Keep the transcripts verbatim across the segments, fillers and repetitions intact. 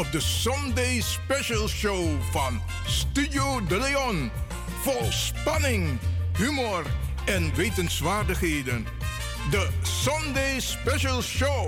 de Sunday Special Show van Studio De Leon. Vol spanning, humor en wetenswaardigheden. De Sunday Special Show.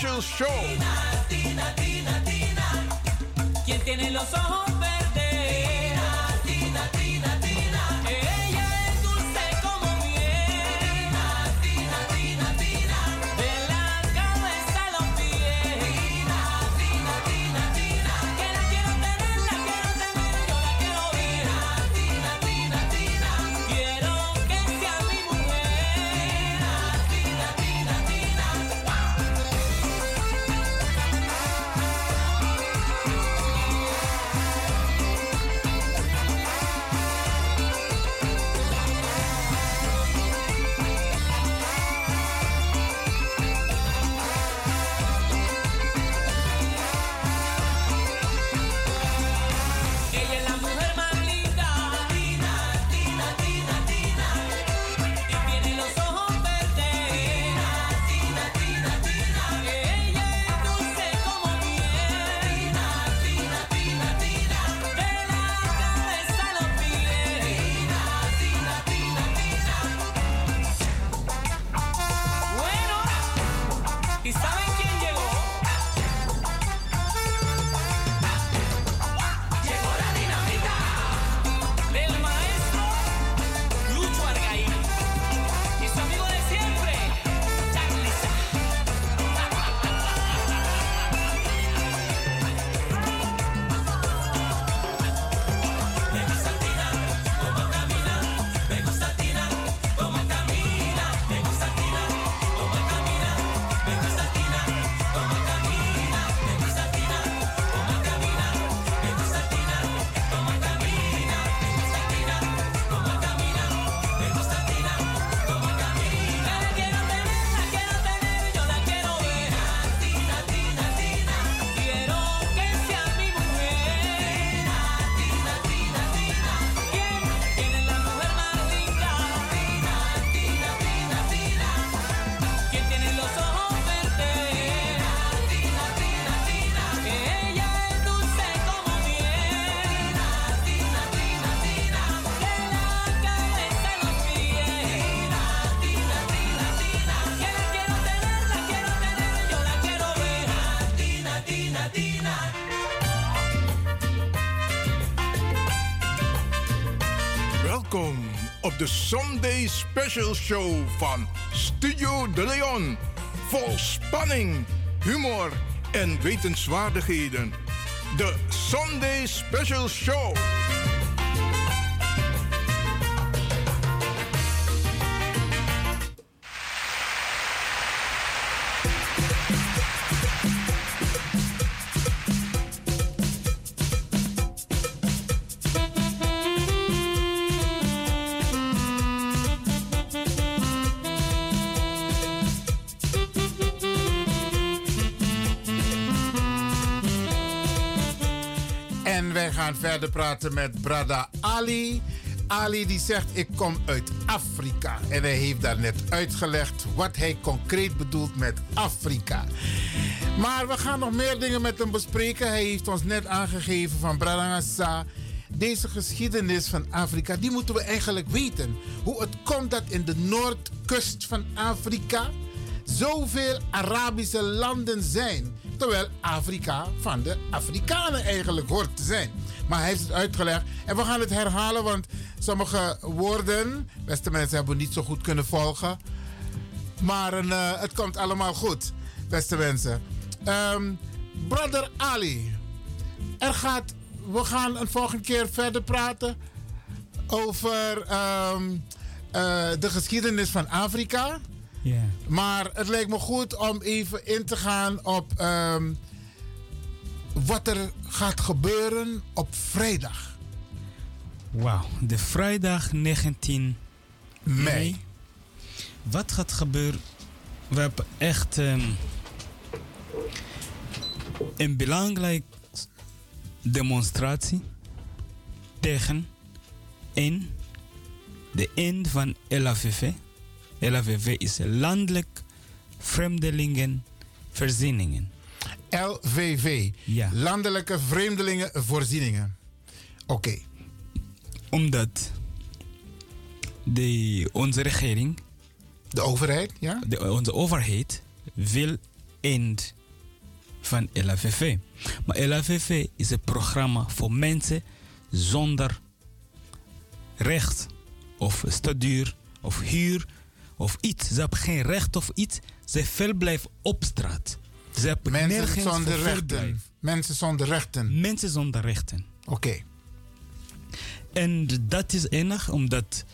Special Show. Tina, Tina, Tina, Tina. ¿Quién tiene los ojos verdes? Tina, Tina, Tina, Tina. Ella es dulce como miel. Tina, Tina, Tina, Tina. De la cabeza a los pies. Tina, Tina, Tina, Tina. Que la quiero tener, la quiero tener, yo la quiero ver. Tina, Tina, Tina, Tina. Quiero que sea mi mujer. Tina, Tina, Tina, Tina. Ella es la mujer más linda. Tina, Tina, Tina, Tina. Y tiene los ojos verdes. Tina, Tina, Tina, Tina. Ella es dulce como miel. Tina, Tina, Tina, Tina. De la cabeza a los pies. Tina, Tina, Tina, Tina. Bueno, ¿y saben quién llegó? Llegó la dinamita del maestro Lucho Argaín y su amigo de siempre, Charliza. Me gusta Tina, como camina. Me gusta Tina, como camina. Me gusta Tina, como camina. Me gusta Tina, como camina. Me gusta Tina, como camina. Me gusta Tina, como camina. Me gusta Tina, como camina. Me gusta Tina, como camina. La quiero tener, la quiero tener, yo la quiero ver. Tina, Tina, Tina. Quiero que sea mi mujer. Tina, Tina, Tina. ¿Quién? ¿Quién es la mujer más linda? Tina, Tina, Tina, Tina. ¿Quién tiene los ojos verdes? Tina, Tina, Tina. Ella es dulce como miel. Tina, Tina, Tina, Tina. De la cabeza a los pies. Tina, Tina, Tina, Tina. Que la quiero tener, la quiero tener, yo la quiero ver. Tina, Tina, Tina. Welkom op de Sunday Special Show van Studio De Leon. Vol spanning, humor en wetenswaardigheden. De Sunday Special Show. En wij gaan verder praten met Brada Ali. Ali die zegt, ik kom uit Afrika. En hij heeft daarnet uitgelegd wat hij concreet bedoelt met Afrika. Maar we gaan nog meer dingen met hem bespreken. Hij heeft ons net aangegeven van Brada Ngassa. Deze geschiedenis van Afrika, die moeten we eigenlijk weten. Hoe het komt dat in de noordkust van Afrika zoveel Arabische landen zijn. Terwijl Afrika van de Afrikanen eigenlijk hoort te zijn. Maar hij heeft het uitgelegd. En we gaan het herhalen, want sommige woorden, beste mensen, hebben we niet zo goed kunnen volgen. Maar uh, het komt allemaal goed, beste mensen. Um, Brother Ali, er gaat, we gaan een volgende keer verder praten over um, uh, de geschiedenis van Afrika. Yeah. Maar het lijkt me goed om even in te gaan op um, wat er gaat gebeuren op vrijdag. Wauw, de vrijdag negentien mei. Wat gaat gebeuren? We hebben echt um, een belangrijke demonstratie tegen in de eind van L A V V. L A V V is Landelijk Vreemdelingenvoorzieningen. L V V, ja. Landelijke Vreemdelingenvoorzieningen. Oké. Okay. Omdat de, onze regering... De overheid, ja? De, onze overheid wil eind van L A V V. Maar L A V V is een programma voor mensen zonder recht of statuur of huur of iets. Ze hebben geen recht of iets. Ze verblijven op straat. Ze hebben Mensen nergens zonder voor rechten. verblijf. Mensen zonder rechten. Mensen zonder rechten. Oké. Okay. En dat is enig omdat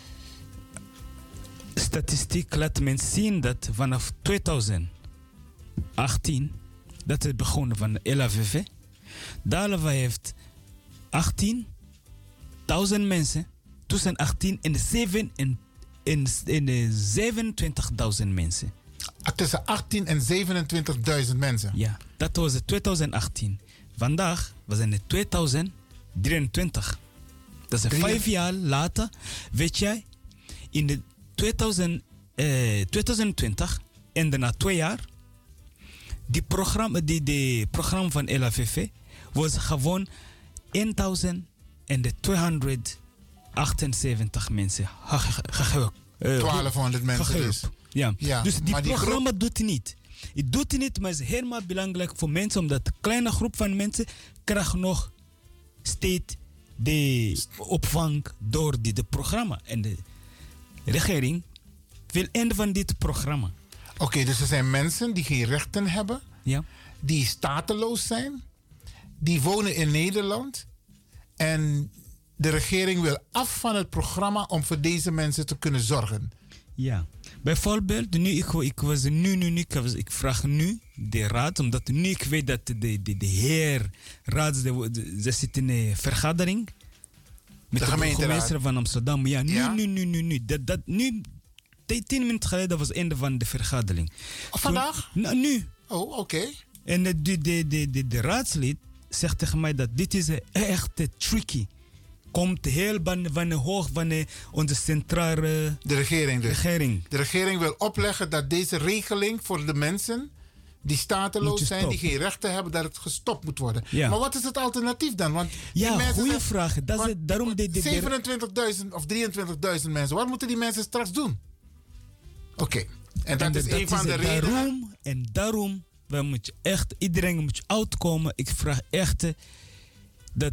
statistiek laat men zien dat vanaf twintig achttien, dat is begonnen van de L A V V, Daleva heeft achttienduizend mensen tussen achttien en, zeven en, en, en zevenentwintigduizend mensen. Tussen achttien en zevenentwintigduizend mensen? Ja, dat was het twintig achttien. Vandaag was het twintig drieëntwintig. Dat is vijf jaar later. Weet jij, in de twintig, eh, twintig twintig en daarna twee jaar, die programma, die, die programma van L A V V was gewoon tweehonderdachtenzeventig mensen. twaalfhonderd mensen dus. Ja. Ja, dus die programma groep... doet het niet. Het doet het niet, maar het is helemaal belangrijk voor mensen, omdat een kleine groep van mensen krijgt nog steeds de opvang door dit programma. En de regering wil einde van dit programma. Oké, okay, dus er zijn mensen die geen rechten hebben, ja. die stateloos zijn, die wonen in Nederland en de regering wil af van het programma om voor deze mensen te kunnen zorgen. Ja, bijvoorbeeld, nu, ik, ik was nu, nu, nu ik, was, ik vraag nu de raad, omdat nu ik weet dat de, de, de heer raad, de, de, ze zit in een vergadering met de, de burgemeester van Amsterdam. Ja, nu, ja? nu, nu, nu, nu. Dat, dat, nu, tien minuten geleden was het einde van de vergadering. Oh, vandaag? Toen, nou, nu. Oh, oké. Okay. En de, de, de, de, de, de raadslid zegt tegen mij dat dit is echt tricky. Komt heel van, van hoog van de, onze centrale de regering, dus. regering. De regering wil opleggen dat deze regeling voor de mensen die stateloos zijn, die geen rechten hebben, dat het gestopt moet worden. Ja. Maar wat is het alternatief dan? Want ja, goede vraag. Dat is het, daarom de, de, zevenentwintigduizend of drieëntwintigduizend mensen. Wat moeten die mensen straks doen? Oké. Okay. En dat en is dat een van de redenen. Daarom, en daarom we moet je echt, iedereen moet uitkomen. Ik vraag echt dat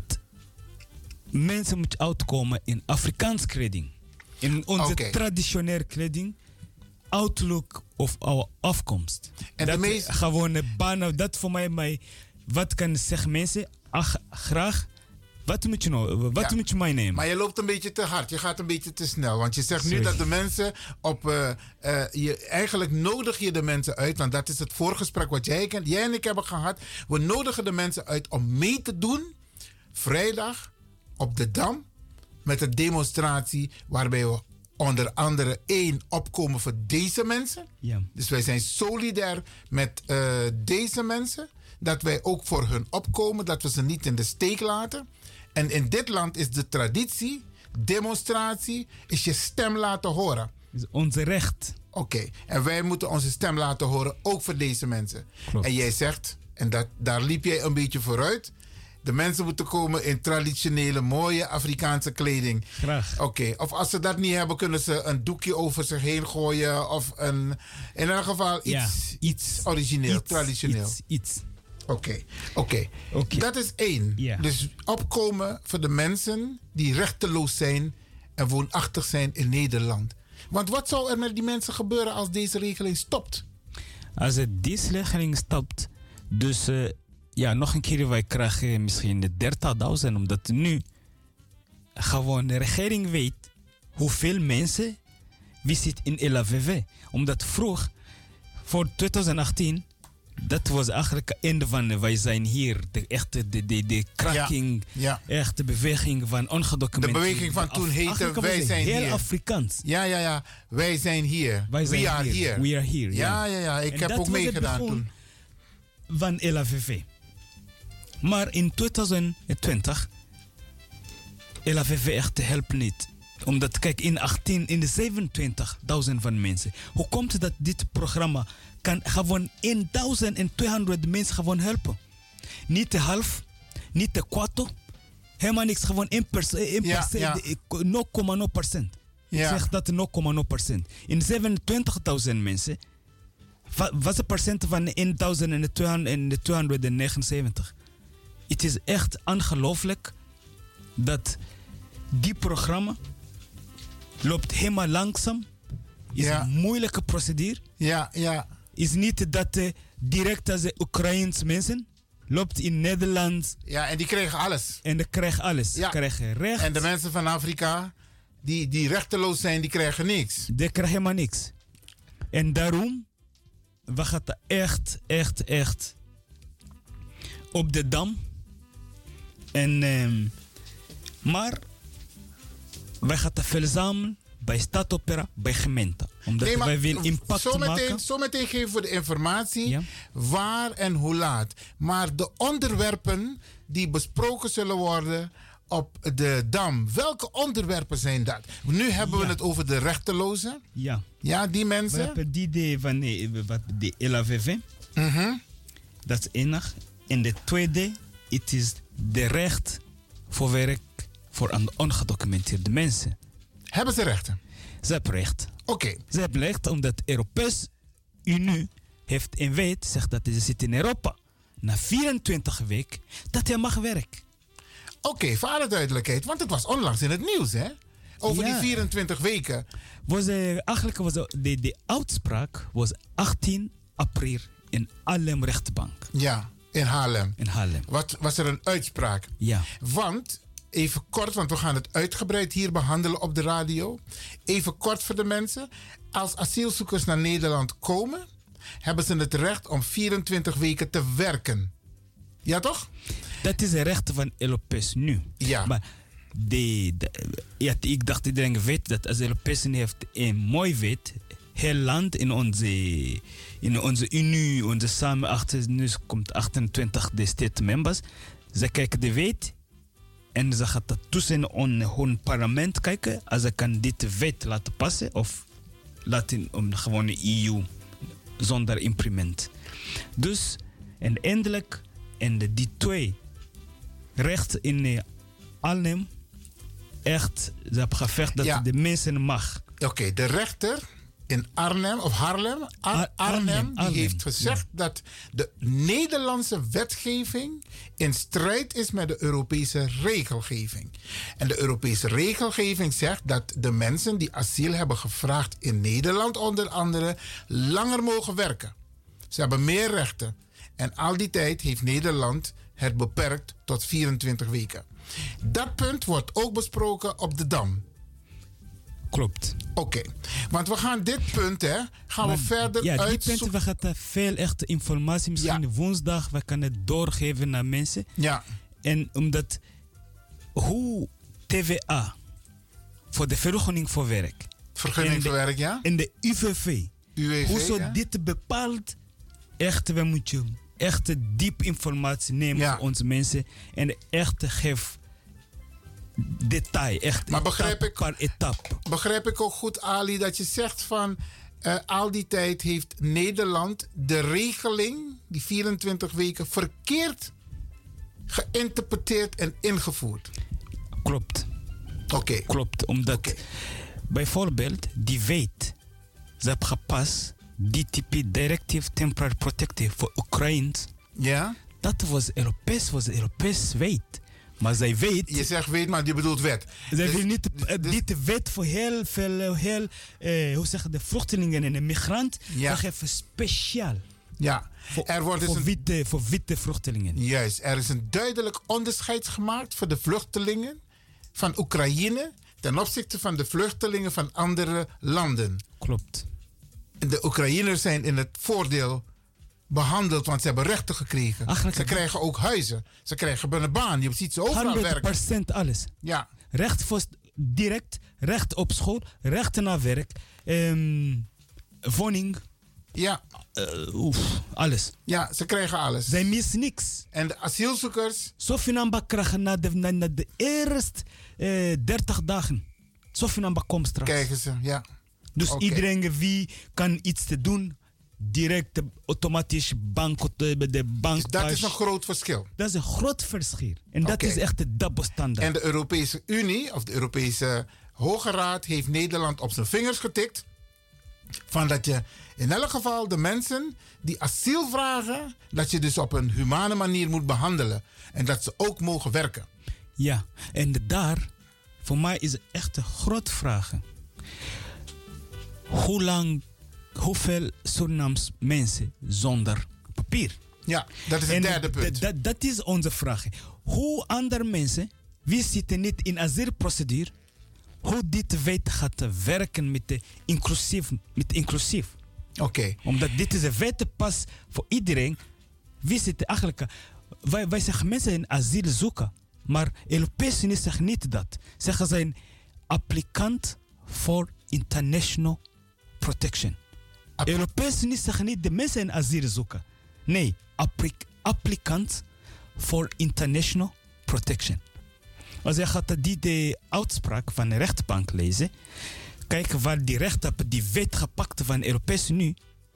mensen moeten uitkomen in Afrikaans kleding. In onze okay. traditionele kleding. Outlook of our afkomst. En dat meest... gewone banen, dat voor mij, mij wat kan zeggen mensen, ach, graag, wat moet je nou, wat ja, moet je mij nemen? Maar je loopt een beetje te hard, je gaat een beetje te snel, want je zegt Sorry. nu dat de mensen op, uh, uh, je, eigenlijk nodig je de mensen uit, want dat is het voorgesprek wat jij, jij en ik hebben gehad, we nodigen de mensen uit om mee te doen, vrijdag, op de Dam, met een demonstratie waarbij we onder andere één opkomen voor deze mensen. Ja. Dus wij zijn solidair met uh, deze mensen. Dat wij ook voor hun opkomen. Dat we ze niet in de steek laten. En in dit land is de traditie, demonstratie, is je stem laten horen. Dat is onze recht. Oké. Okay. En wij moeten onze stem laten horen, ook voor deze mensen. Klopt. En jij zegt, en dat, daar liep jij een beetje vooruit, de mensen moeten komen in traditionele, mooie Afrikaanse kleding. Graag. Oké, okay. Of als ze dat niet hebben, kunnen ze een doekje over zich heen gooien. Of een, in elk geval iets, ja, iets origineel, iets, traditioneel. Iets, iets. Oké, okay. oké. Okay. Okay. Dat is één. Ja. Dus opkomen voor de mensen die rechteloos zijn en woonachtig zijn in Nederland. Want wat zou er met die mensen gebeuren als deze regeling stopt? Als het deze regeling stopt, dus... Uh, ja, nog een keer, wij krijgen misschien de dertigduizend, omdat nu gewoon de regering weet hoeveel mensen wie zit in L A V V. Omdat vroeg, voor twintig achttien, dat was eigenlijk het einde van wij zijn hier. De echte, de, de, de cracking, ja, ja. echte beweging van ongedocumenteerd. De beweging van toen heette wij zijn heel hier. Heel Afrikaans. Ja, ja, ja. Wij zijn hier. Wij zijn We are here. here. We are here, ja. Ja, ja, ja. Ik en heb ook meegedaan toen. Van L A V V. Maar in twintig twintig, L A V V echt helpt niet. Omdat, kijk, in achttien, in de zevenentwintigduizend van mensen. Hoe komt het dat dit programma kan gewoon twaalfhonderd mensen gewoon helpen? Niet de half, niet de kwart, helemaal niks. Gewoon één percent, ja, ja. nul komma nul procent. Ik ja. zeg dat nul komma nul procent. In zevenentwintigduizend mensen, Wa- Wat is het procent van de duizend en de tweehonderd en de tweehonderdnegenenzeventig? Het is echt ongelooflijk dat die programma loopt helemaal langzaam. Is Ja. een moeilijke procedure. Ja, ja. Is niet dat uh, direct als de Oekraïense mensen loopt in Nederland Ja, en die kregen alles. en de krijgen alles. Ja. Krijgen recht. En de mensen van Afrika, die, die rechteloos zijn, die krijgen niks. Die krijgen helemaal niks. En daarom, we gaan het echt, echt, echt op de dam. En, ehm, maar wij gaan het verzamelen bij Stadopera, bij gemeenten. Omdat Nee, maar wij willen impact zometeen, maken. zometeen geven we de informatie Ja. waar en hoe laat. Maar de onderwerpen die besproken zullen worden op de Dam, welke onderwerpen zijn dat? Nu hebben we Ja. het over de rechtelozen. Ja, Ja, die we mensen. hebben die idee van de, wat de L A V V. Mhm. Dat is enig. En de tweede, het is de recht voor werk voor aan ongedocumenteerde mensen. Hebben ze rechten? Ze hebben recht. Oké. Ze hebben recht omdat de Europese Unie heeft een wet, zegt dat ze zit in Europa. Na vierentwintig weken dat hij mag werken. Oké, voor alle duidelijkheid, want het was onlangs in het nieuws, hè? Over Ja. die vierentwintig weken. Was, eh, eigenlijk was de, de, de uitspraak was achttien april in Haarlem rechtbank. Ja, in Haarlem. In Haarlem. Wat was er een uitspraak? Ja. Want, even kort, want we gaan het uitgebreid hier behandelen op de radio. Even kort voor de mensen. Als asielzoekers naar Nederland komen, hebben ze het recht om vierentwintig weken te werken. Ja, toch? Dat is een recht van Europees nu. Ja. Maar de, de, ja, ik dacht iedereen weet dat als Europees Unie heeft een mooi wet. Heel land in onze, in onze Unie, onze samen achter, nu komt achtentwintig de state members. Ze kijken de wet en ze gaan dat tussen on hun parlement kijken. Als ze kan dit wet laten passen of laten om gewoon de E U zonder implement. Dus en eindelijk en de, die twee recht in uh, Arnhem echt ze hebben gevecht dat Ja. de mensen mag. Oké, de rechter in Arnhem, of Haarlem, Ar- Ar- Arnhem, Arnhem, die Arnhem, heeft gezegd dat de Nederlandse wetgeving in strijd is met de Europese regelgeving. En de Europese regelgeving zegt dat de mensen die asiel hebben gevraagd in Nederland onder andere langer mogen werken. Ze hebben meer rechten. En al die tijd heeft Nederland het beperkt tot vierentwintig weken. Dat punt wordt ook besproken op de Dam. Klopt. Oké, want we gaan dit punt, hè, gaan we verder ja, die uitzoeken. punten, we gaan daar veel echte informatie, misschien Ja. woensdag, we kunnen het doorgeven naar mensen. Ja, En omdat hoe T V A voor de vergunning voor werk vergunning en de- voor werk, ja? en de U V V, U W V, hoe zo ja? dit bepaalt, echt, we moeten echte diep informatie nemen Ja. voor onze mensen en echt geef detail, echt Maar begrijp etappe ik- per etappe. Begrijp ik ook goed, Ali, dat je zegt van eh, al die tijd heeft Nederland de regeling, die vierentwintig weken, verkeerd geïnterpreteerd en ingevoerd. Klopt. Oké, Klopt, omdat Oké. bijvoorbeeld die wet, ze hebben gepast, D T P, Directive Temporary Protective voor Oekraïns. ja? Dat was Europees, was Europees wet. Maar zij weet, Je zegt weet, maar je bedoelt wet. zij Dus- wil niet eh, dus- dit wet voor heel veel, eh, heel, eh, hoe zeg je, de vluchtelingen en de migranten. Ja. Ze geven speciaal Ja, voor, er wordt dus voor, een witte, voor witte vluchtelingen. Juist, er is een duidelijk onderscheid gemaakt voor de vluchtelingen van Oekraïne ten opzichte van de vluchtelingen van andere landen. Klopt. De Oekraïners zijn in het voordeel behandeld, want ze hebben rechten gekregen. Eigenlijk- ze krijgen ook huizen, ze krijgen een baan, je ziet ze overal honderd werken. procent alles. Ja, Recht voor direct, recht op school, recht naar werk, ehm, woning, ja, eh, oef, alles. ja, ze krijgen alles. Zij missen niks. En de asielzoekers, Sofie Namba krijgen na de, na, na de eerste eh, dertig dagen. Sofie Namba komt straks. krijgen ze, ja. Dus Oké. iedereen wie kan iets te doen, direct eh, automatisch bank, de, de bank. Dus dat is een groot verschil. Dat is een groot verschil. En dat Oké. is echt de dubbelstandaard. En de Europese Unie, of de Europese Hoge Raad, heeft Nederland op zijn vingers getikt. Van dat je in elk geval de mensen die asiel vragen, dat je dus op een humane manier moet behandelen. En dat ze ook mogen werken. Ja, en daar, voor mij is het echt een grote vraag. Hoe lang, hoeveel Surinaams mensen zonder papier? Ja, dat is het En derde punt. d- d- Dat is onze vraag. Hoe andere mensen, wie zitten niet in asielprocedure, hoe dit wet gaat werken met de inclusief. Met inclusief. Oké. Okay. Omdat dit is een wet pas voor iedereen. Wie zit eigenlijk... Wij, wij zeggen mensen in asiel zoeken. Maar Europese Unie zegt niet dat. Zeggen ze een applicant voor international protection. App- Europese Unie zegt niet de mensen in asiel zoeken. Nee, appli- applicant voor international protection. Als je gaat die de uitspraak van de rechtbank lezen, kijk waar die recht op die wet gepakt van de Europese Unie,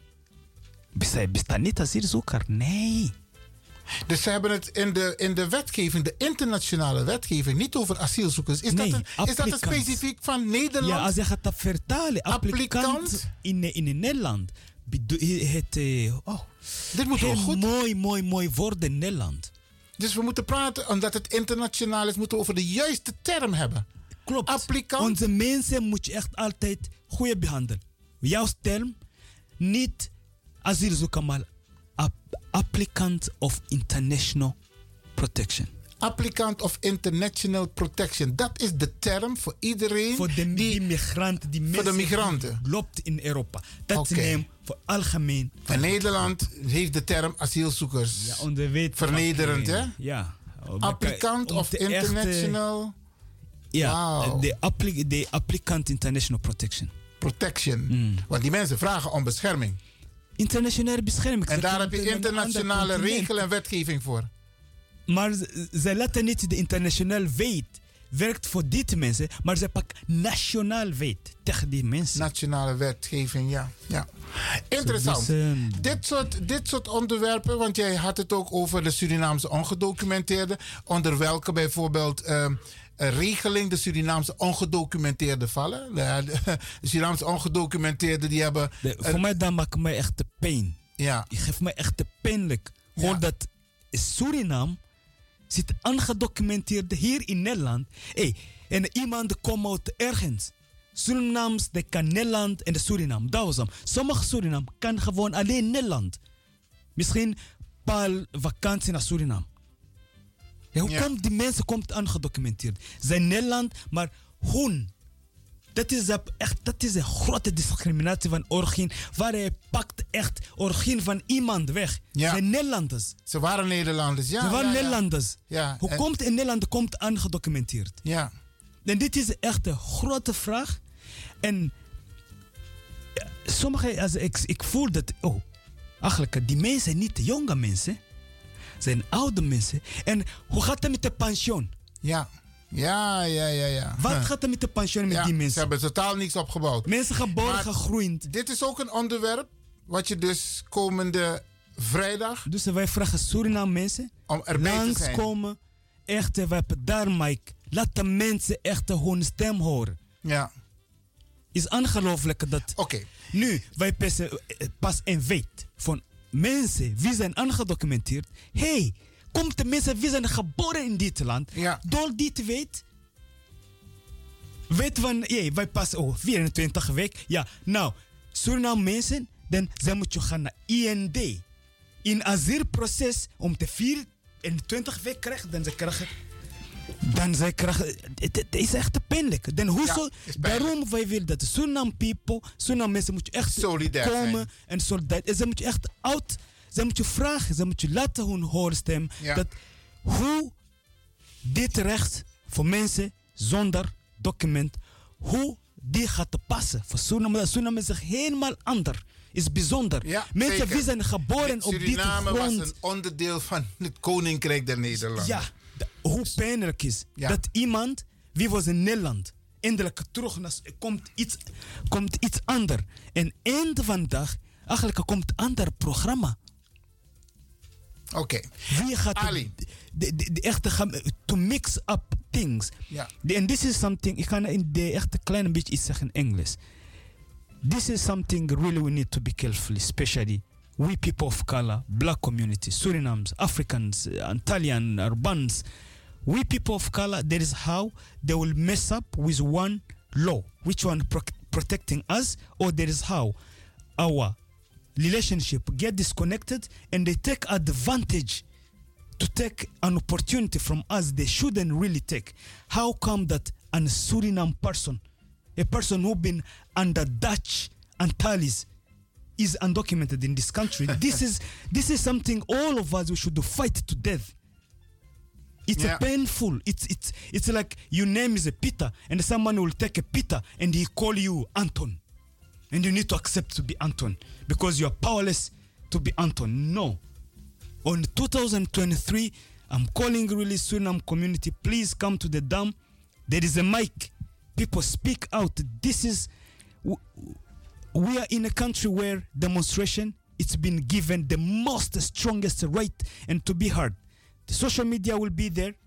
bestaat besta niet asielzoeker. Nee. Dus ze hebben het in de, in de wetgeving, de internationale wetgeving, niet over asielzoekers. Is, Nee, dat, een, is dat een applicant. specifiek van Nederland? Ja, als je gaat dat vertalen, applicant, Applicant? in, in Nederland. bedo- Het, eh, oh, Dit moet wel heel goed. mooi, mooi, mooi woord in Nederland. Dus we moeten praten, omdat het internationaal is, moeten we over de juiste term hebben. Klopt. Applicant? Onze mensen moet je echt altijd goed behandelen. Jouw term, niet asielzoeker, maar app- applicant of international protection. Applicant of international protection. Dat is de term voor iedereen Voor de die... die migranten, die mensen de migranten. die loopt in Europa. Dat Oké. is neem voor algemeen. En Nederland heeft de term asielzoekers. Ja, onder weet Vernederend, hè? Ja. Applicant Om of te echt, eh, international Ja, Wauw. de, appli- de applicant international protection. protection. Mm. Want die mensen vragen om bescherming. Internationale bescherming. En Ze daar heb komen je van een ander internationale continent. regel en wetgeving voor. Maar ze, ze laten niet de internationale wet werkt voor die mensen, maar ze pakken nationaal wet tegen die mensen. Nationale wetgeving, ja. ja. Interessant. Dus, ehm, dit, soort, dit soort onderwerpen, want jij had het ook over de Surinaamse ongedocumenteerden, onder welke bijvoorbeeld ehm, een regeling de Surinaamse ongedocumenteerden vallen. De, de, de Surinaamse ongedocumenteerden die hebben... de, een- voor mij dat maakt mij echt de pijn. ja, Die geeft mij echt de pijnlijk. Gewoon Ja. dat Suriname zit aangedocumenteerd hier in Nederland. Hey, en iemand komt uit ergens. Surinaams, de kan Nederland en de Suriname. Dat was hem. Sommige Suriname kan gewoon alleen Nederland. Misschien een paar vakantie naar Suriname. Ja, hoe Ja. komt die mensen komt aangedocumenteerd? Ze zijn Nederland, maar hun. Dat is, een- echt, dat is een grote discriminatie van origine. Waar je pakt echt origine van iemand weg. Ja. Ze zijn Nederlanders. ze waren Nederlanders. Ja, Ze waren ja, ja. Nederlanders. Ja, Hoe en- komt in Nederland komt aangedocumenteerd? Ja, En dit is echt een grote vraag. En ja, sommige, als ik, ik voel dat, oh, eigenlijk, die mensen zijn niet de jonge mensen, zijn oude mensen. En hoe gaat het met de pensioen? ja. Ja, ja, ja, ja. Wat Huh. gaat er met de pensioen met Ja, die ze mensen? hebben totaal niks opgebouwd. Mensen geboren, Maar- gegroeid. Dit is ook een onderwerp wat je dus komende vrijdag Dus wij vragen Suriname mensen om erbij te zijn. langskomen. Echt, wij hebben daar, Mike. Laat de mensen echt hun stem horen. Ja, Is ongelooflijk dat... oké. Nu, wij passen, eh, pas een wet van mensen wie zijn aangedocumenteerd. Hé, hey, komt de mensen wie zijn geboren in dit land. Ja. Door dit wet. Weet van, hey, wij passen oh, vierentwintig week. Ja, nou, Suriname mensen, dan zij moeten gaan naar I N D. In asielproces om te vierentwintig week krijgen, dan ze krijgen... Dan zij krijgen... Het, het is echt pijnlijk. Dan hoezo, Ja, is pijnlijk. daarom wij willen dat de Suriname people, Suriname mensen moeten echt Solidair komen zijn. en solidair. En ze moeten echt oud, ze moeten vragen, ze moeten laten hun horen stem. Ja. Dat hoe dit recht voor mensen zonder document, hoe die gaat te passen. Voor Suriname, Suriname is helemaal anders. Is bijzonder. Ja, mensen zeker. die zijn geboren op dit Suriname was grond. een onderdeel van het Koninkrijk der Nederlanden. Ja, de- hoe pijnlijk is Ja. dat iemand, wie was in Nederland, eindelijk terug naar, komt iets, komt iets anders. En eind van de dag, eigenlijk komt een ander programma. Oké. Wie gaat Ali. de, de, de, de echte gaan, to mix up things. Ja. En this is something, ik ga in de echte klein beetje iets zeggen in Engels. This is something really we need to be careful, especially we people of color, black community, Surinamese, Africans, Antalian, Urbans. We people of color, there is how they will mess up with one law, which one pro- protecting us, or there is how our relationship get disconnected and they take advantage to take an opportunity from us they shouldn't really take. How come that a Suriname person, a person who been under Dutch Antilles, is undocumented in this country? this is this is something all of us we should fight to death. It's Yeah. a painful. It's it's it's like your name is a Peter, and someone will take a Peter and he call you Anton, and you need to accept to be Anton because you are powerless to be Anton. No. On twenty twenty-three, I'm calling really Suriname community. Please come to the dam. There is a mic. People speak out. This is. w- We are in a country where demonstration it's been given the most strongest right and to be heard. The social media will be there.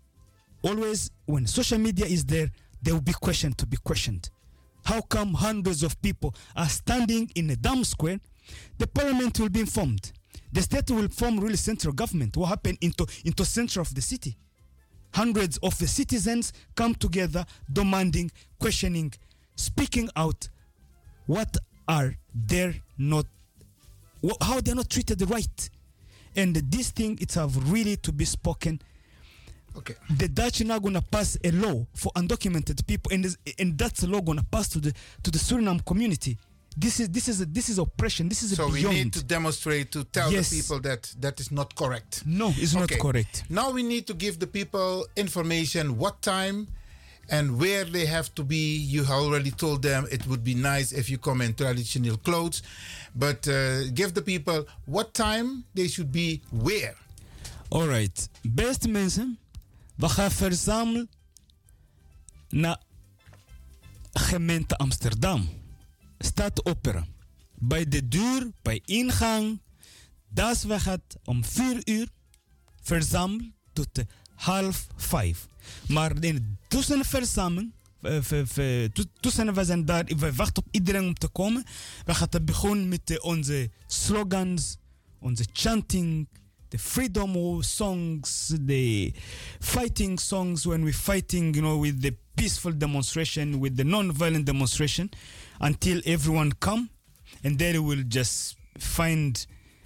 Always when social media is there, there will be question to be questioned. How come hundreds of people are standing in a dam square? The parliament will be informed. The state will form really central government. What happened into into center of the city? Hundreds of the citizens come together demanding, questioning, speaking out. What are they not, wh- how they're not treated right. And this thing, it's have really to be spoken. Okay. The Dutch now gonna pass a law for undocumented people, and, this, and that's a law gonna pass to the to the Suriname community. This is this is a, this is oppression. This is So a we beyond. need to demonstrate to tell Yes. the people that that is not correct. No, it's Okay. not correct. Now we need to give the people information what time and where they have to be. You already told them it would be nice if you come in traditional clothes, but uh, give the people what time they should be where. Alright, beste mensen, we gaan verzamelen naar gemeente Amsterdam. Stad Opera. Bij de deur, bij ingang. Dat we gaan om vier uur verzamelen tot de half vijf. Maar in tussen de verzameling, eh, v- v- tu- tussen we zijn daar, we wachten op iedereen om te komen. We gaan beginnen met de, onze slogans, onze chanting, the freedom songs, the fighting songs when we're fighting, you know, with the peaceful demonstration, with the non-violent demonstration, until everyone come, and then we'll just find.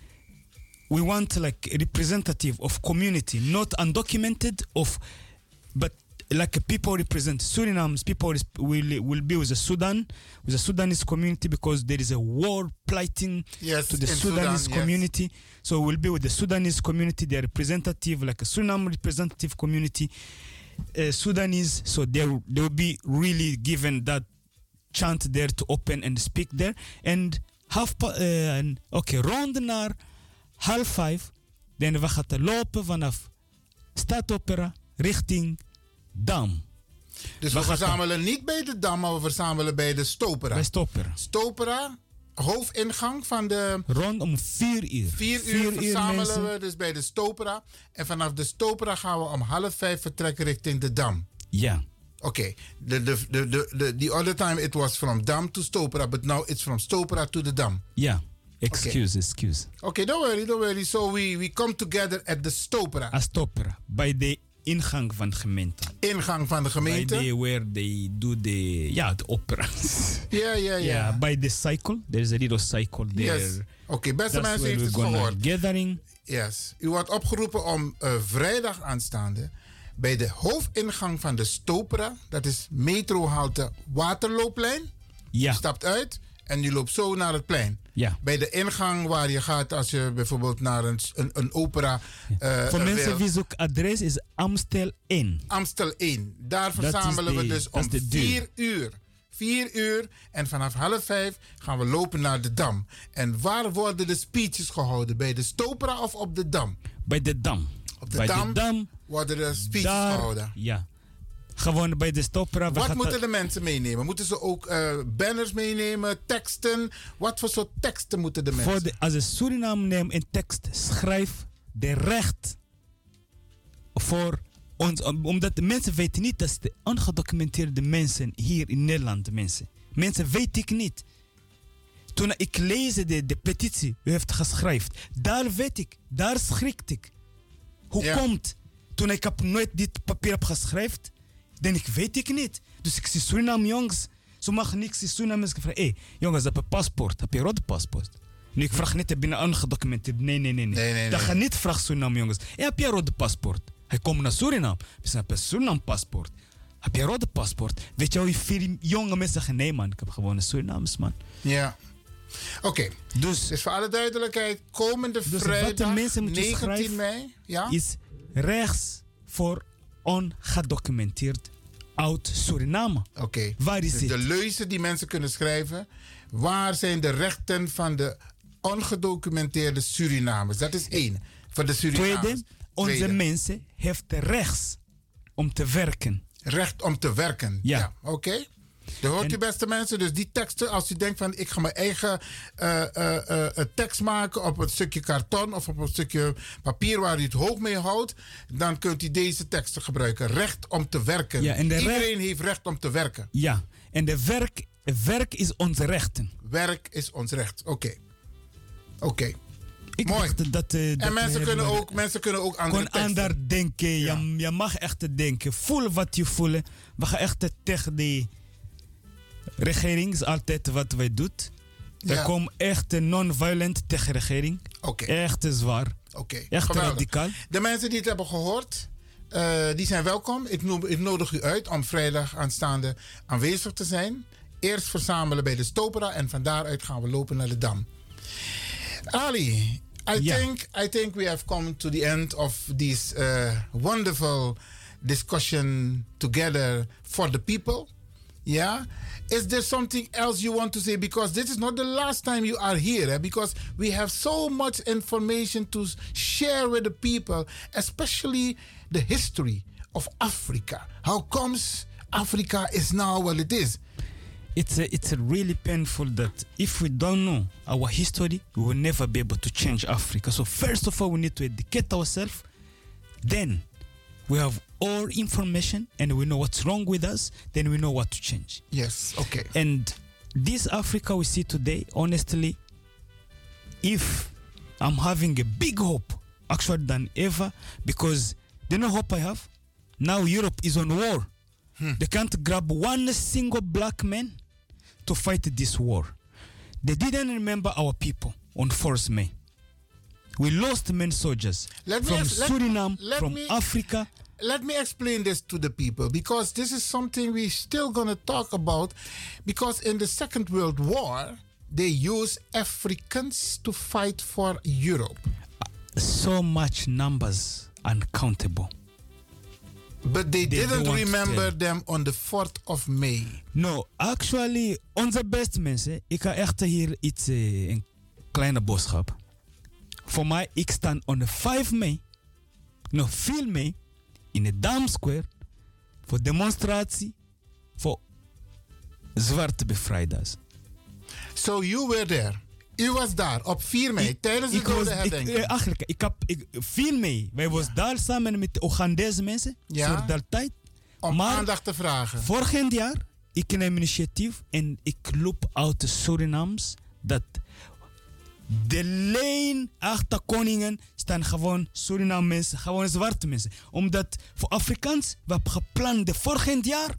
We want like a representative of community, not undocumented, of, but like a people represent Suriname's people res- will will be with the Sudan, with the Sudanese community because there is a war plighting Yes, to the in Sudanese Sudan, yes. community. So we'll be with the Sudanese community, their representative, like a Suriname representative community, uh, Sudanese. So they they will be really given that chant there to open and speak there. And half pa- uh, and- okay, rond naar half vijf, dan we gaan lopen vanaf Stadopera richting Dam. Dus We we gaan- verzamelen niet bij de Dam, maar we verzamelen bij de Stopera. Bij Stopera. Stopera, hoofdingang van de Rond om vier uur. vier uur verzamelen mensen. we dus bij de Stopera. En vanaf de Stopera gaan we om half vijf vertrekken richting de Dam. Ja. Okay, the, the, the, the, the, the other time it was from Dam to Stopera, but now it's from Stopera to the Dam. Ja. Excuse, excuse. Okay, don't worry, don't worry. So we, we come together at the Stopera. A Stopera. Bij de ingang van de gemeente. Ingang van de Bij gemeente. de where they do the, ja, de opera. Ja, ja, Ja, ja. bij de cycle. There is a little cycle there. Yes. Oké, okay, beste That's mensen where heeft we het gonna gehoord. gathering. Yes. U wordt opgeroepen om uh, vrijdag aanstaande bij de hoofdingang van de Stopera. Dat is metrohalte Waterloopplein. Ja. Je stapt uit en je loopt zo naar het plein. Ja. Bij de ingang waar je gaat als je bijvoorbeeld naar een, een, een opera uh, Voor mensen wil. wie zoeken adres is Amstel één. Amstel één. Daar Dat is verzamelen we de- dus dat om is de deur. vier uur. Vier uur en vanaf half vijf gaan we lopen naar de Dam. En waar worden de speeches gehouden? Bij de Stopera of op de Dam? Bij de Dam. Op de bij Dam, de Dam. worden de speeches Daar, gehouden. ja. Gewoon bij de Stopera. we Wat gaan moeten dat- de mensen meenemen? Moeten ze ook uh, banners meenemen, teksten? Wat voor soort teksten moeten de mensen? Voor de, als een Suriname neemt een tekst, schrijf de recht voor ons. om- Omdat de mensen weten niet dat de ongedocumenteerde mensen hier in Nederland, de mensen. Mensen weten ik niet. Toen ik lees de, de petitie u heeft geschreven, daar weet ik, daar schrik ik. Hoe Ja. komt? Toen ik heb nooit dit papier heb geschreven, dan ik weet ik niet. Dus ik zie Suriname jongens, zo mag niks in Suriname vragen. Hé, hey, jongens, heb je paspoort? Heb je rode paspoort? Nu ik vraag niet, heb je aangedocumenteerd? Nee, nee, nee, nee. Nee, nee, Dat nee. gaat niet vragen Suriname jongens. Hey, heb je rode paspoort? Hij komt naar Suriname. Dus heb je Suriname paspoort? Heb je rode paspoort? Weet je hoe veel jonge mensen zeggen, nee man, ik heb gewoon een Surinaams man. Ja. Oké. Dus Dus voor alle duidelijkheid, komende Dus wat de vrijdag, mensen moeten negentien schrijven mei. Ja? is rechts voor ongedocumenteerd oud Suriname. Oké. Waar is Dus het? de leuzen die mensen kunnen schrijven. Waar zijn de rechten van de ongedocumenteerde Surinamers? Dat is één. Voor de Surinamers. Tweede, onze Tweede. mensen heeft rechts om te werken. Recht om te werken. Ja. Oké. Dat hoort u, En- beste mensen. Dus die teksten, als u denkt van ik ga mijn eigen eh, eh, eh, eh, tekst maken op een stukje karton of op een stukje papier waar u het hoog mee houdt, dan kunt u deze teksten gebruiken. Recht om te werken. Ja, en de Iedereen heeft recht om te werken. Ja, en de werk, werk is onze rechten. Werk is ons recht. Oké. Oké. Ik Mooi. dacht dat, eh, dat En mensen we kunnen, hebben- ook, mensen kunnen ook andere Gewoon teksten. anders denken. Ja. Je, je mag echt denken. Voel wat je voelt. We gaan echt tegen die regering. Is altijd wat wij doen. We Ja. komen echt non-violent tegen de regering. Oké. Echt zwaar. Oké. Echt Geweldig. radicaal. De mensen die het hebben gehoord, eh, die zijn welkom. Ik, noem, ik nodig u uit om vrijdag aanstaande aanwezig te zijn. Eerst verzamelen bij de Stopera en van daaruit gaan we lopen naar de Dam. Ali, I Ja. think I think we have come to the end of this uh, wonderful discussion together for the people. Yeah. Is there something else you want to say? Because this is not the last time you are here. Eh? Because we have so much information to share with the people, especially the history of Africa. How comes Africa is now what it is? It's, a, it's a really painful that if we don't know our history, we will never be able to change Africa. So first of all, we need to educate ourselves. Then we have all information and we know what's wrong with us. Then we know what to change. Yes. Okay. And this Africa we see today, honestly, if I'm having a big hope, actually than ever, because the no hope I have, now Europe is on war. They can't grab one single black man to fight this war. They didn't remember our people on fourth of May. We lost many soldiers Let me from ex- let- Suriname, let from me- Africa. Let me explain this to the people because this is something we're still going to talk about. Because in the Second World War, they used Africans to fight for Europe. So much numbers, uncountable. But they, They didn't don't want to remember tell. them on the fourth of May. No, actually, onze beste mensen, ik ga echt hier iets, eh, een kleine boodschap. Voor mij, ik sta on the vijf Mei, nog vier Mei, in de Dam Square, voor demonstratie voor zwarte bevrijders. So you were there. U was daar op vier mei Ik- tijdens de ik was- dode ik- herdenking. eh, Eigenlijk, ik heb ik, vier Mei, wij was daar samen met de Oegandese mensen, Ja. voor dat tijd. om maar- aandacht te vragen. Vorig jaar, ik neem initiatief en ik loop uit de Surinams dat de lijn achter koningen staan gewoon Suriname mensen, gewoon zwarte mensen. Omdat voor Afrikaans, we hebben gepland de vorig jaar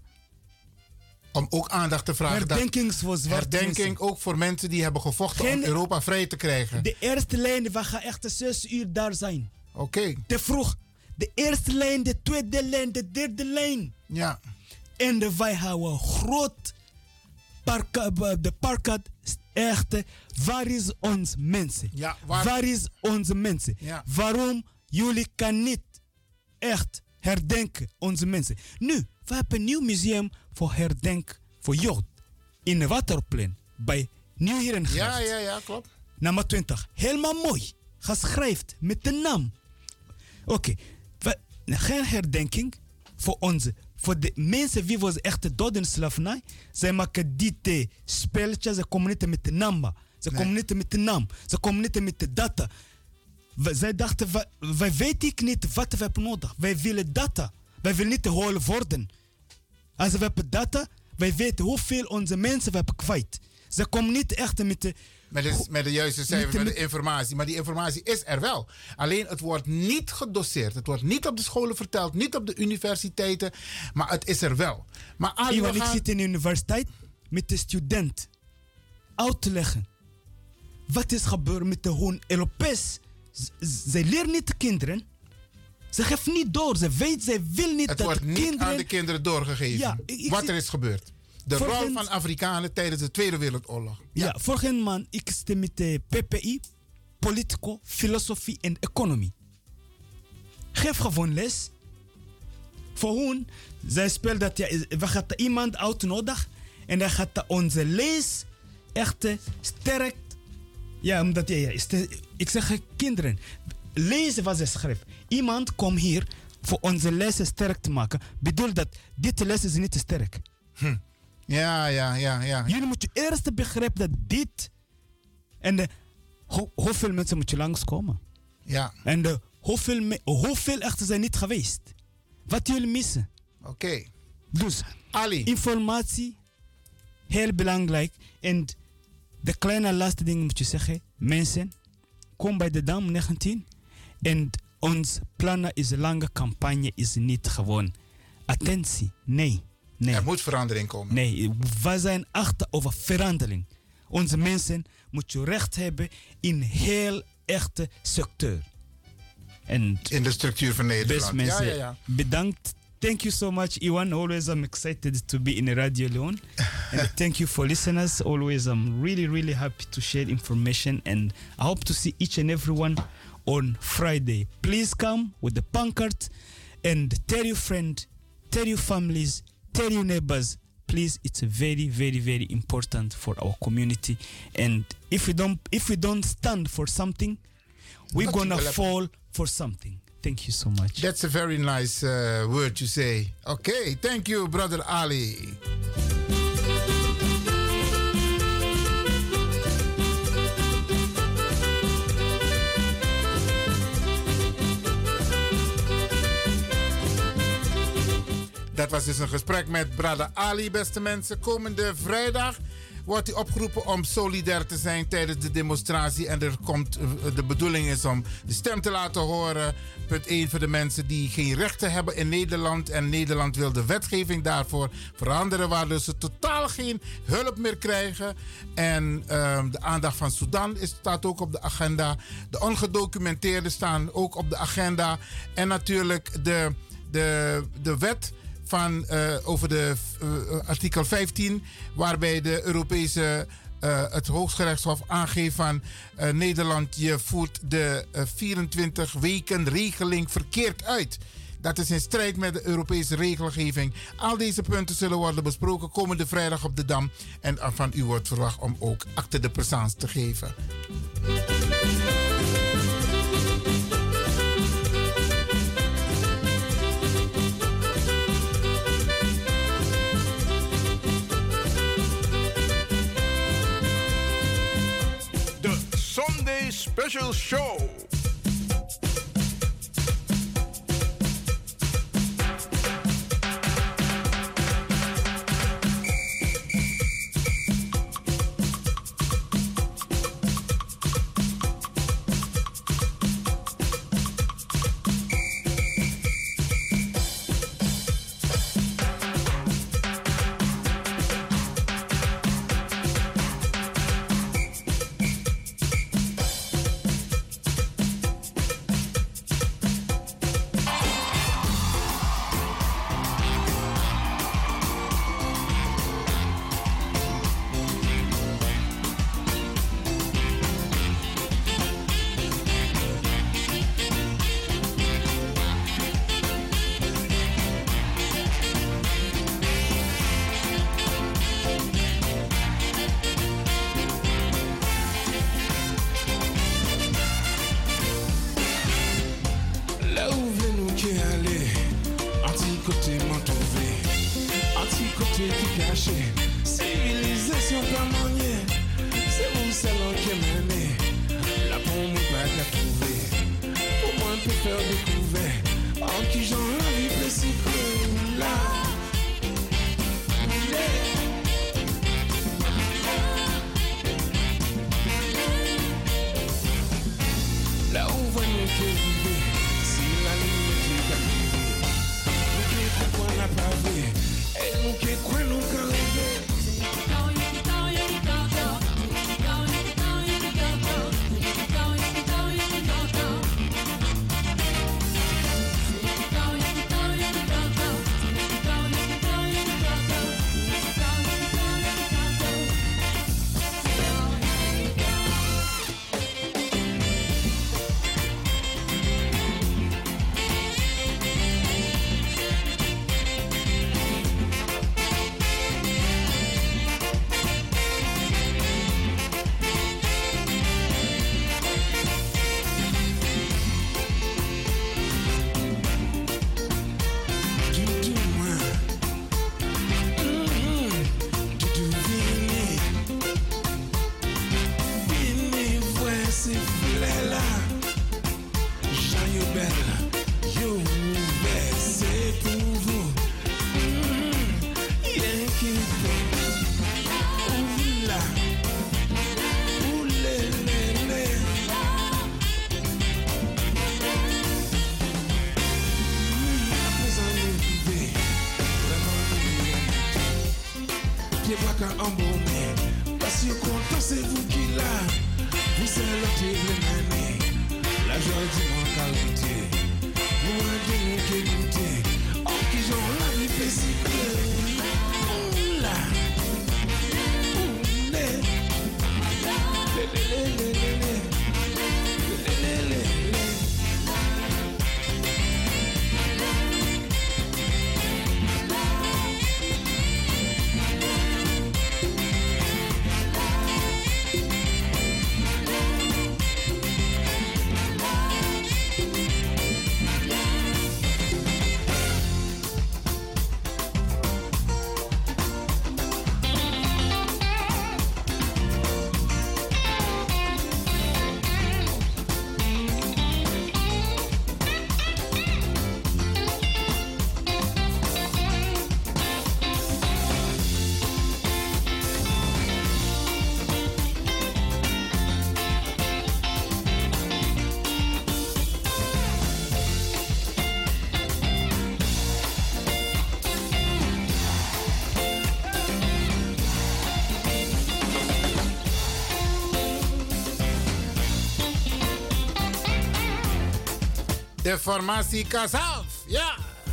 Om ook aandacht te vragen. dat herdenkings voor zwarte herdenking mensen. ook voor mensen die hebben gevochten om Geen- Europa vrij te krijgen. De eerste lijn, we gaan echt zes uur daar zijn. Oké, Te vroeg. De eerste lijn, de tweede lijn, de derde lijn. ja. En de, wij houden groot parka, de parka echt. Waar is ons mensen? Ja, waar- waar... is onze mensen? Ja. Waarom jullie kan niet echt herdenken onze mensen? Nu, we hebben een nieuw museum voor herdenk voor Jood in de Waterplein bij Nieuw hier in Ja, Gracht. ja, ja, klopt. Nummer twintig. Helemaal mooi. Geschreven met de naam. Oké. we- Geen herdenking voor onze. Voor de mensen wie was echt dood in slavernij. Zij maken dit eh, spelletje. Ze komen niet met de naam. Ze Nee. komen niet met de naam. Ze komen niet met de data. We- zij dachten, wij, wij weten niet wat we hebben nodig. Wij willen data. Wij willen niet gehoord worden. Als we hebben data, wij weten hoeveel onze mensen we hebben kwijt. Ze komen niet echt met de... Met de, met de juiste cijfers, met met de- de informatie. Maar die informatie is er wel. Alleen het wordt niet gedoseerd. Het wordt niet op de scholen verteld, niet op de universiteiten. Maar het is er wel. Maar Ali, Iwan, we ik gaan- zit in de universiteit met de student uit te leggen. Wat is gebeurd met de Hoon Europees? Z- z- Zij leren niet de kinderen. Ze geven niet door. Ze weet, zij wil niet het dat wordt de niet kinderen... aan de kinderen doorgegeven. Ja, ik- ik wat zit- er is gebeurd. De Volgens- rol van Afrikanen tijdens de Tweede Wereldoorlog. Ja, vorige maand ik zit met de P P I, Politico, Filosofie en Economie. Geef gewoon les. Voor hun, zij speelt dat ja, we gaan iemand uitnodigen en dan gaat onze lees echt eh, sterk. Ja, omdat ja, ja, is de- ik zeg eh, kinderen, lezen wat ze schrijft. Iemand komt hier voor onze lessen sterk te maken. Bedoel dat dit les is niet te sterk. Ja, ja, ja, ja. Jullie moeten eerst begrijpen dat dit. En de, ho, hoeveel mensen moet je langskomen? Ja, En de, hoeveel, me- hoeveel echten zijn niet geweest? Wat jullie missen? oké. Dus Ali, informatie, heel belangrijk. En de kleine laatste ding moet je zeggen: mensen, kom bij de Dam negentien. En ons plannen is een lange campagne, is niet gewoon attentie. Nee, nee. er moet verandering komen. Nee, we zijn achter over verandering. Onze mensen moeten recht hebben in heel echte sector. En In de structuur van best Nederland. Ja, mensen, ja, ja. bedankt. Thank you so much, Iwan. Always I'm excited to be in Radio Leon. And thank you for listeners. Always I'm really, really happy to share information. And I hope to see each and everyone on Friday. Please come with the pancart and tell your friend, tell your families, tell your neighbors. Please, it's very, very, very important for our community. And if we don't, if we don't stand for something, we're Not gonna develop- fall for something. Thank you so much. That's a very nice uh, word to say. Okay, thank you, brother Ali. Dat was dus een gesprek met brother Ali, beste mensen. Komende vrijdag wordt hij opgeroepen om solidair te zijn tijdens de demonstratie. En er komt, de bedoeling is om de stem te laten horen. Punt één voor de mensen die geen rechten hebben in Nederland. En Nederland wil de wetgeving daarvoor veranderen, waardoor ze totaal geen hulp meer krijgen. En ehm, de aandacht van Sudan is, staat ook op de agenda. De ongedocumenteerden staan ook op de agenda. En natuurlijk de, de, de wet van, uh, over de uh, artikel vijftien, waarbij de Europese, uh, het Hooggerechtshof aangeeft van uh, Nederland, je voert de uh, vierentwintig weken regeling verkeerd uit. Dat is in strijd met de Europese regelgeving. Al deze punten zullen worden besproken komende vrijdag op de Dam. En uh, van u wordt verwacht om ook acte de présence te geven. The Sunday Special Show. Là où voulez-nous qui aller? Anti-côté m'en trouvé, anti-côté qui caché. Civilisation pas manier, c'est vous salon qui mené. Là pour nous pas qu'à trouver, pour moi on peut faire découvert. En qui j'en la vie précis que là. Là où va nous arriver, si la limite est arrivée, nous qui pourquoi n'a pas vu, et nous qui quoi nous arriver. De formatie Kasaf, ja.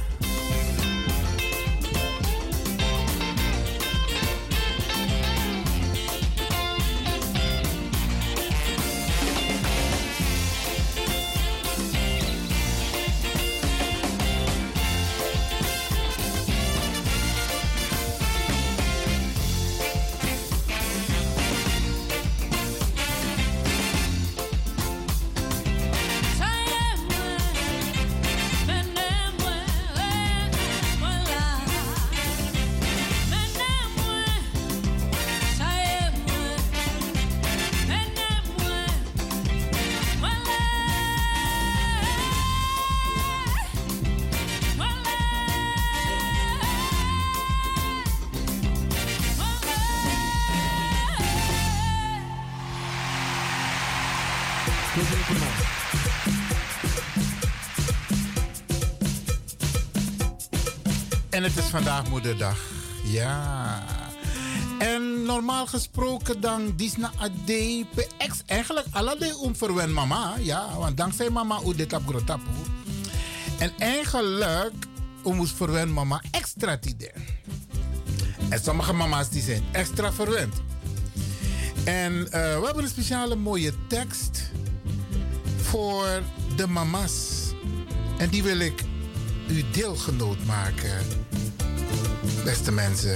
En het is vandaag moederdag. Ja. En normaal gesproken dan Disna Ade ex eigenlijk alade om verwen mama. Ja, want dankzij mama u dit op grotapu. En eigenlijk u moest verwen mama extra tide. En sommige mama's die zijn extra verwend. En uh, we hebben een speciale mooie tekst voor de mama's. En die wil ik u deelgenoot maken, beste mensen.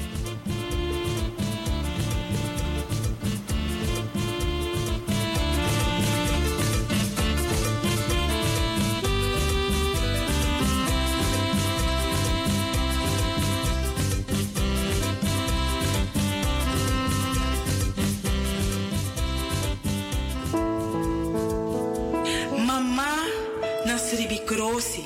Mama nasribi krosi.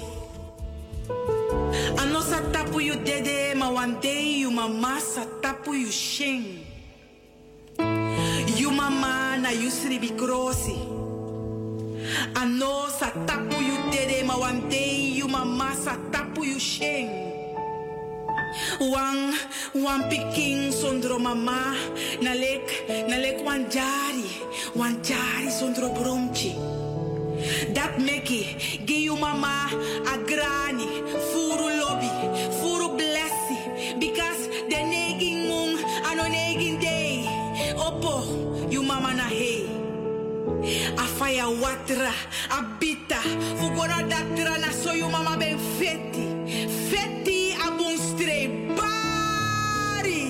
Ano sa tapu yu dede ma one day yu mama sa tapu yu sheng. Yu mama na yu sribi krosi. Ano sa tapu yu dede ma wan day yu mama sa tapu yu sheng. Wang wan piking sondro mama nalek nalek wan jari wan jari sondro bromchi. Dat meki gi yu mama a grani furu lobby furu blessi because de neging mung ano neging day opo yu mama na hey. Afaya watra, abita, fugona datra na so yu mama ben feti. Feti abun stre bari.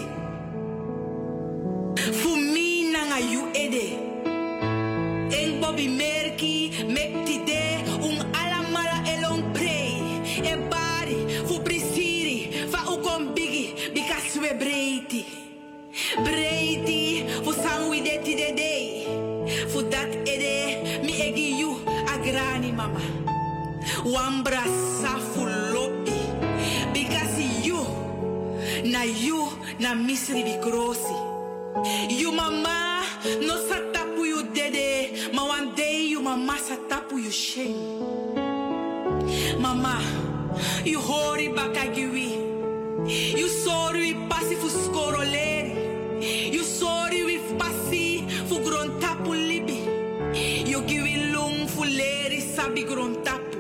Fumi nanga yu ede. En bobi merki, mekti de, un alamala elon prei. E bari, fu prisiri, fa ukon bigi, because we breiti. Breiti, fu sangwi deti de day. Fu dat ede mi egi you agrani mama. Wambra safu lopi. Because you na you na misri bikrosi. You mama no satapu you dede. Ma one day you mama satapu you shame. Mama, you hori bakagiwi. You sorry passi fu skoroleri. You sorry with passi fu gron tapu libi. You give it long fu leri sabi gron tapu.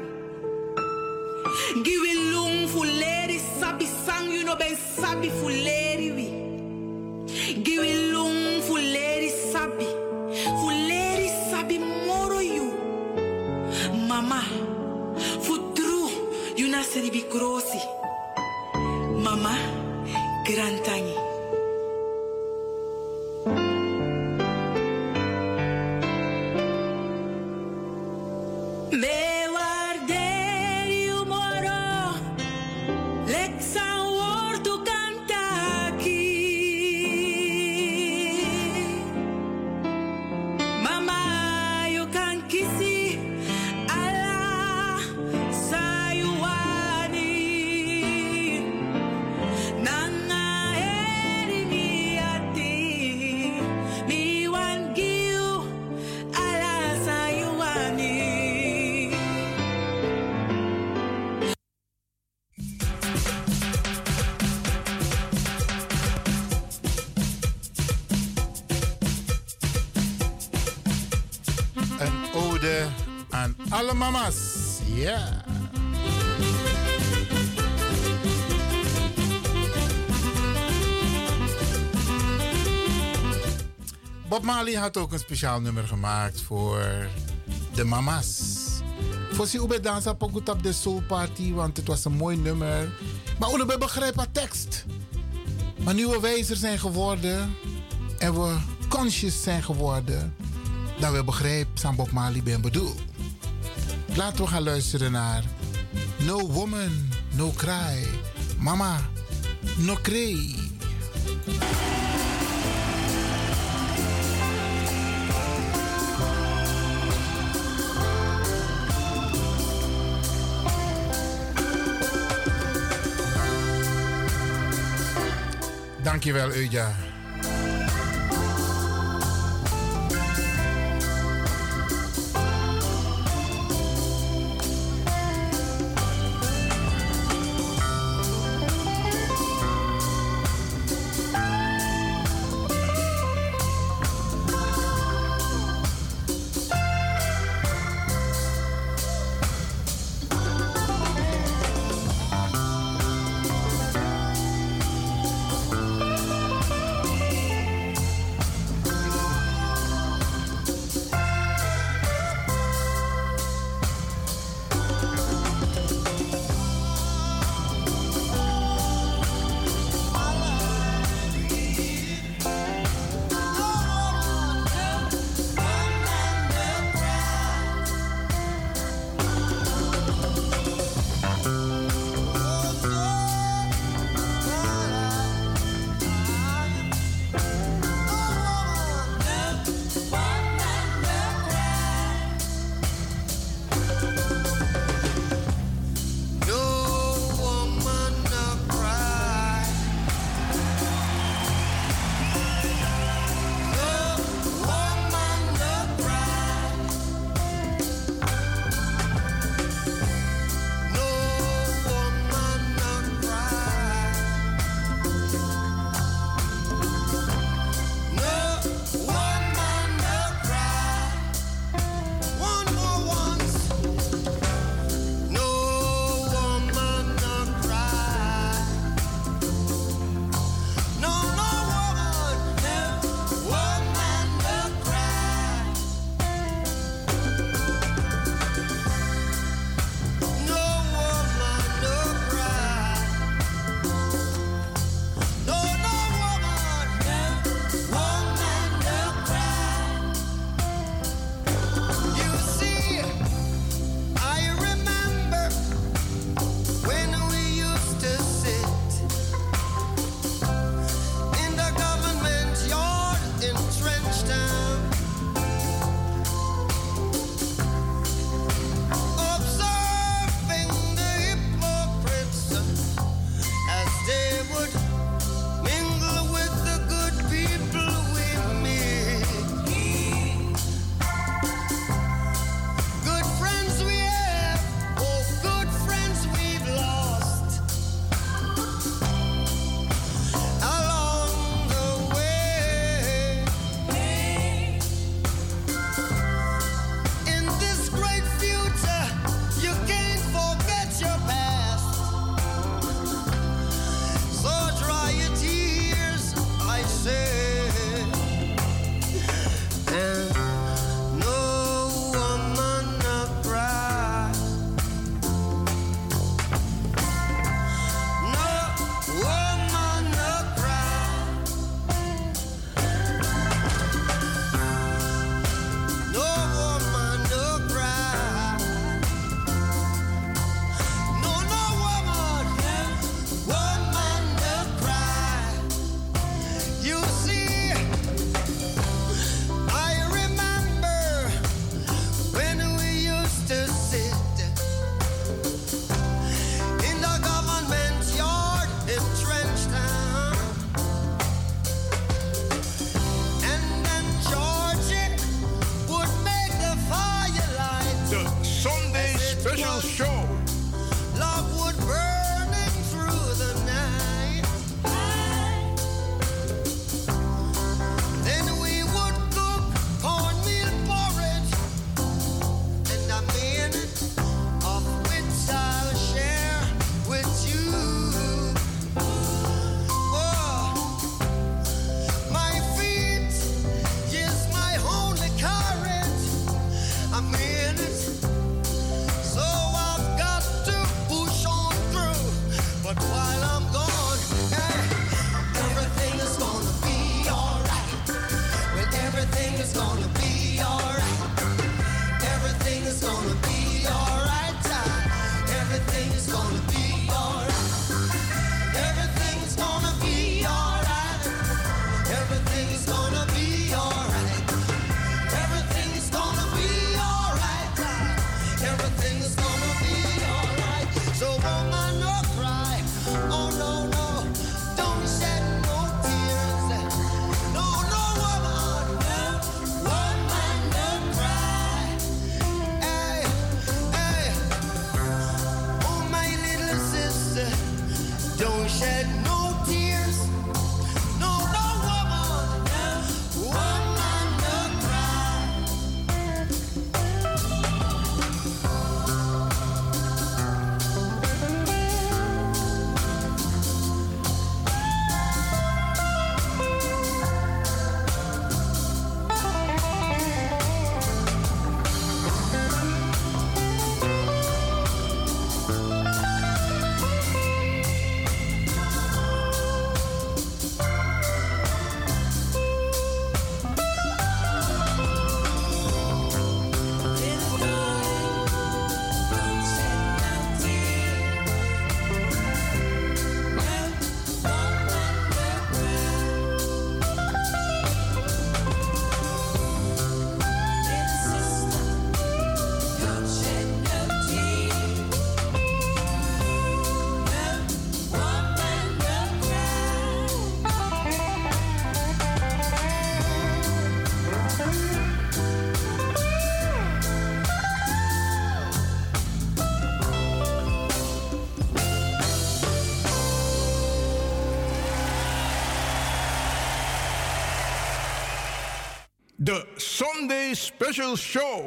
Give it long fu leri sabi sang you no ben sabi fu leri wi. Give it long fu leri sabi. Fu leri sabi moro you. Mama, fu true you na seri bi krosi. Mama, grantangi. Me guardé io moro, l'exa orto canta qui. Mama, io can kisi alla sayuani. Nanga eri mi ati, mi wangiu alla sayuani. Een ode aan alle mama's. Ja. Bob Marley had ook een speciaal nummer gemaakt voor de mama's. Voor si ube dansa pokoet op de soul party, want het was een mooi nummer. Maar ube begrijpt wat tekst. Maar nu we wijzer zijn geworden en we conscious zijn geworden, dat we begrijpen van Bob Marley ben bedoel. Laten we gaan luisteren naar No Woman, No Cry, Mama, No Cry. Dankjewel, Euja. minutes. So I've got to push on through. But while I'm gone, hey, everything is gonna be alright. Well, everything is gonna be alright. Everything is gonna be alright. Everything is gonna be alright. Everything is gonna be alright. Everything is gonna be alright. Everything is gonna be alright. Everything is gonna be alright. So woman, no cry. Oh no, no. Don't shed no tears. No, no woman. No woman, no cry. Hey, hey. Oh my little sister. Don't shed no tears. No, no woman. No woman, no cry. The Sunday Special Show.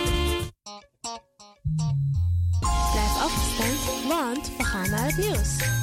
Blijf afgestemd, want we gaan naar het nieuws.